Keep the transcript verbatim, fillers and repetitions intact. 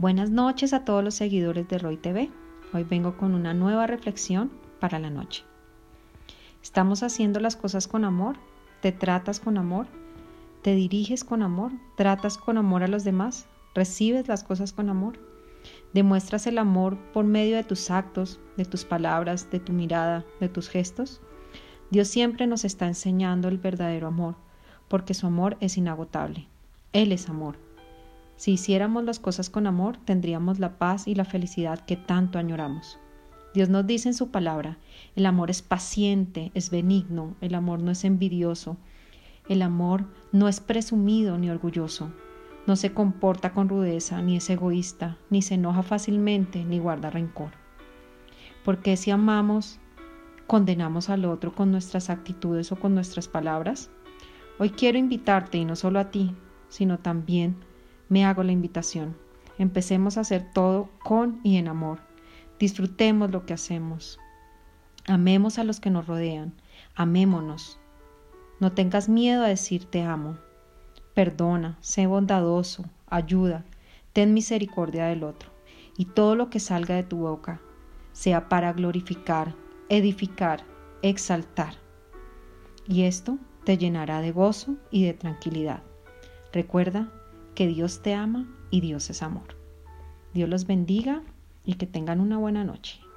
Buenas noches a todos los seguidores de Roy T V. Hoy vengo con una nueva reflexión para la noche. ¿Estamos haciendo las cosas con amor? ¿Te tratas con amor? ¿Te diriges con amor? ¿Tratas con amor a los demás? ¿Recibes las cosas con amor? ¿Demuestras el amor por medio de tus actos, de tus palabras, de tu mirada, de tus gestos? Dios siempre nos está enseñando el verdadero amor, porque su amor es inagotable. Él es amor. Si hiciéramos las cosas con amor, tendríamos la paz y la felicidad que tanto añoramos. Dios nos dice en su palabra, el amor es paciente, es benigno, el amor no es envidioso, el amor no es presumido ni orgulloso, no se comporta con rudeza, ni es egoísta, ni se enoja fácilmente, ni guarda rencor. Porque si amamos, condenamos al otro con nuestras actitudes o con nuestras palabras. Hoy quiero invitarte, y no solo a ti, sino también me hago la invitación. Empecemos a hacer todo con y en amor. Disfrutemos lo que hacemos. Amemos a los que nos rodean. Amémonos. No tengas miedo a decir te amo. Perdona, sé bondadoso, ayuda, ten misericordia del otro. Y todo lo que salga de tu boca sea para glorificar, edificar, exaltar. Y esto te llenará de gozo y de tranquilidad. Recuerda que Dios te ama y Dios es amor. Dios los bendiga y que tengan una buena noche.